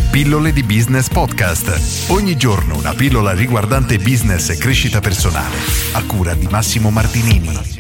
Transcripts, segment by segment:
Pillole di Business Podcast. Ogni giorno una pillola riguardante business e crescita personale. A cura di Massimo Martinini.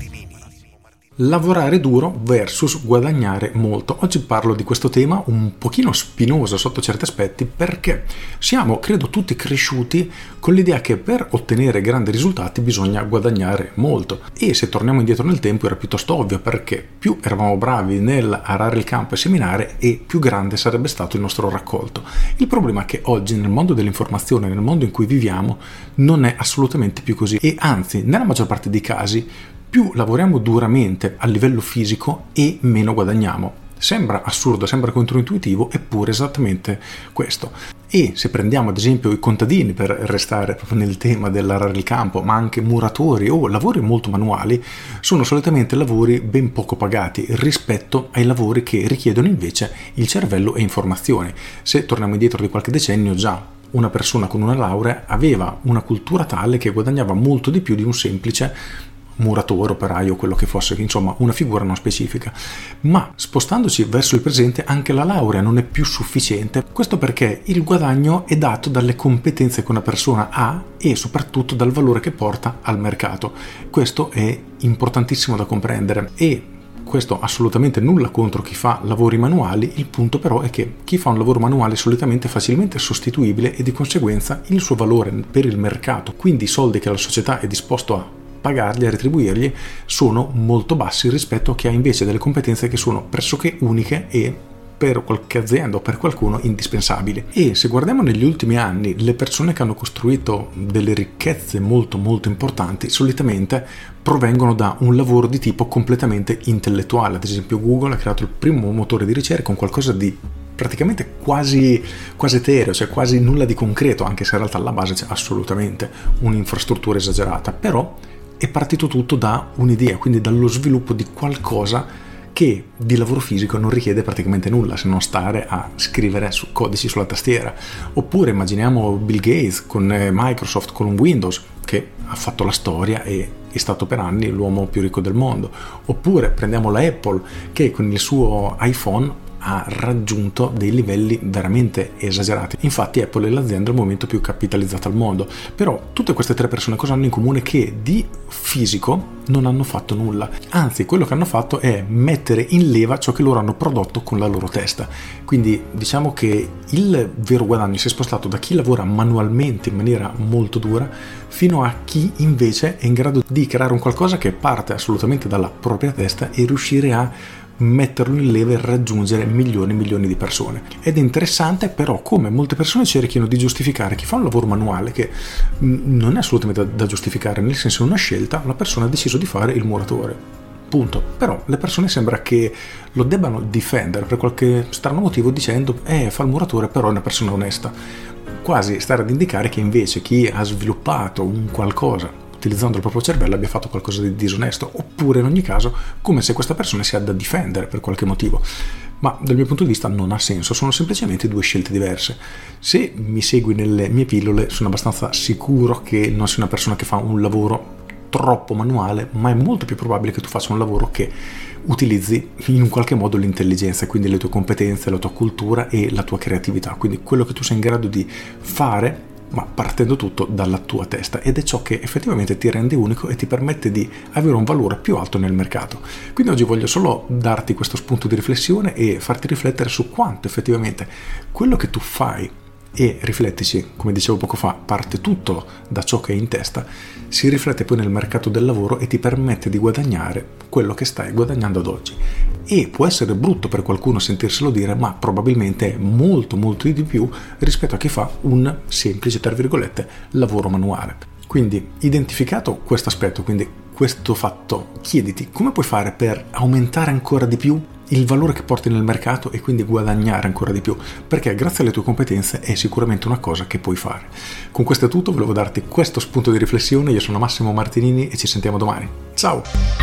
Lavorare duro versus guadagnare molto. Oggi parlo di questo tema un pochino spinoso sotto certi aspetti, perché siamo, credo, tutti cresciuti con l'idea che per ottenere grandi risultati bisogna guadagnare molto. E se torniamo indietro nel tempo era piuttosto ovvio, perché più eravamo bravi nel arare il campo e seminare e più grande sarebbe stato il nostro raccolto. Il problema è che oggi nel mondo dell'informazione, nel mondo in cui viviamo, non è assolutamente più così, e anzi nella maggior parte dei casi più lavoriamo duramente a livello fisico e meno guadagniamo. Sembra assurdo, sembra controintuitivo, eppure esattamente questo. E se prendiamo ad esempio i contadini, per restare proprio nel tema dell'arare il campo, ma anche muratori o lavori molto manuali, sono solitamente lavori ben poco pagati rispetto ai lavori che richiedono invece il cervello e informazioni. Se torniamo indietro di qualche decennio, già una persona con una laurea aveva una cultura tale che guadagnava molto di più di un semplice muratore, operaio, quello che fosse, insomma una figura non specifica. Ma spostandoci verso il presente, anche la laurea non è più sufficiente. Questo perché il guadagno è dato dalle competenze che una persona ha e soprattutto dal valore che porta al mercato. Questo è importantissimo da comprendere, e questo assolutamente nulla contro chi fa lavori manuali. Il punto però è che chi fa un lavoro manuale solitamente è facilmente sostituibile e di conseguenza il suo valore per il mercato, quindi i soldi che la società è disposto a pagargli, a retribuirgli, sono molto bassi rispetto a chi ha invece delle competenze che sono pressoché uniche e per qualche azienda o per qualcuno indispensabili. E se guardiamo negli ultimi anni, le persone che hanno costruito delle ricchezze molto molto importanti solitamente provengono da un lavoro di tipo completamente intellettuale. Ad esempio Google ha creato il primo motore di ricerca con qualcosa di praticamente quasi etereo, cioè quasi nulla di concreto, anche se in realtà alla base c'è assolutamente un'infrastruttura esagerata, però è partito tutto da un'idea, quindi dallo sviluppo di qualcosa che di lavoro fisico non richiede praticamente nulla, se non stare a scrivere codici sulla tastiera. Oppure immaginiamo Bill Gates con Microsoft, con un Windows, che ha fatto la storia e è stato per anni l'uomo più ricco del mondo. Oppure prendiamo la Apple, che con il suo iPhone ha raggiunto dei livelli veramente esagerati. Infatti Apple è l'azienda al momento più capitalizzata al mondo. Però tutte queste tre persone cosa hanno in comune? Che di fisico non hanno fatto nulla, anzi quello che hanno fatto è mettere in leva ciò che loro hanno prodotto con la loro testa. Quindi diciamo che il vero guadagno si è spostato da chi lavora manualmente in maniera molto dura fino a chi invece è in grado di creare un qualcosa che parte assolutamente dalla propria testa e riuscire a metterlo in leva e raggiungere milioni e milioni di persone. Ed è interessante però come molte persone cerchino di giustificare chi fa un lavoro manuale, che non è assolutamente da giustificare, nel senso è una scelta, la persona ha deciso di fare il muratore, punto. Però le persone sembra che lo debbano difendere per qualche strano motivo dicendo fa il muratore però è una persona onesta, quasi stare ad indicare che invece chi ha sviluppato un qualcosa utilizzando il proprio cervello abbia fatto qualcosa di disonesto, oppure in ogni caso come se questa persona sia da difendere per qualche motivo. Ma dal mio punto di vista non ha senso, sono semplicemente due scelte diverse. Se mi segui nelle mie pillole sono abbastanza sicuro che non sei una persona che fa un lavoro troppo manuale, ma è molto più probabile che tu faccia un lavoro che utilizzi in un qualche modo l'intelligenza, quindi le tue competenze, la tua cultura e la tua creatività, quindi quello che tu sei in grado di fare, ma partendo tutto dalla tua testa, ed è ciò che effettivamente ti rende unico e ti permette di avere un valore più alto nel mercato. Quindi oggi voglio solo darti questo spunto di riflessione e farti riflettere su quanto effettivamente quello che tu fai, e riflettici, come dicevo poco fa, parte tutto da ciò che è in testa, si riflette poi nel mercato del lavoro e ti permette di guadagnare quello che stai guadagnando ad oggi. E può essere brutto per qualcuno sentirselo dire, ma probabilmente è molto molto di più rispetto a chi fa un semplice, tra virgolette, lavoro manuale. Quindi identificato questo aspetto, quindi questo fatto, chiediti come puoi fare per aumentare ancora di più il valore che porti nel mercato e quindi guadagnare ancora di più, perché grazie alle tue competenze è sicuramente una cosa che puoi fare. Con questo è tutto, volevo darti questo spunto di riflessione. Io sono Massimo Martinini e ci sentiamo domani. Ciao!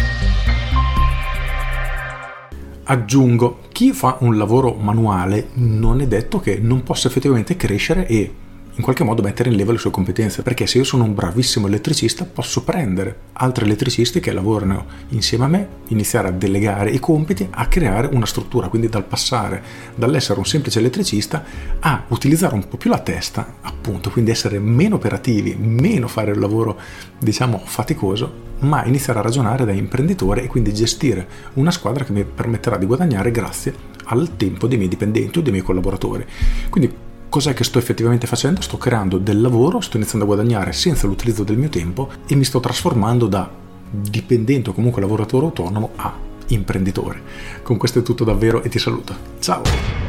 Aggiungo, chi fa un lavoro manuale non è detto che non possa effettivamente crescere e in qualche modo mettere in leva le sue competenze, perché se io sono un bravissimo elettricista posso prendere altri elettricisti che lavorano insieme a me, iniziare a delegare i compiti, a creare una struttura, quindi dal passare dall'essere un semplice elettricista a utilizzare un po' più la testa, appunto, quindi essere meno operativi, meno fare il lavoro diciamo faticoso, ma iniziare a ragionare da imprenditore e quindi gestire una squadra che mi permetterà di guadagnare grazie al tempo dei miei dipendenti o dei miei collaboratori. Quindi cos'è che sto effettivamente facendo? Sto creando del lavoro, sto iniziando a guadagnare senza l'utilizzo del mio tempo e mi sto trasformando da dipendente o comunque lavoratore autonomo a imprenditore. Con questo è tutto davvero e ti saluto. Ciao!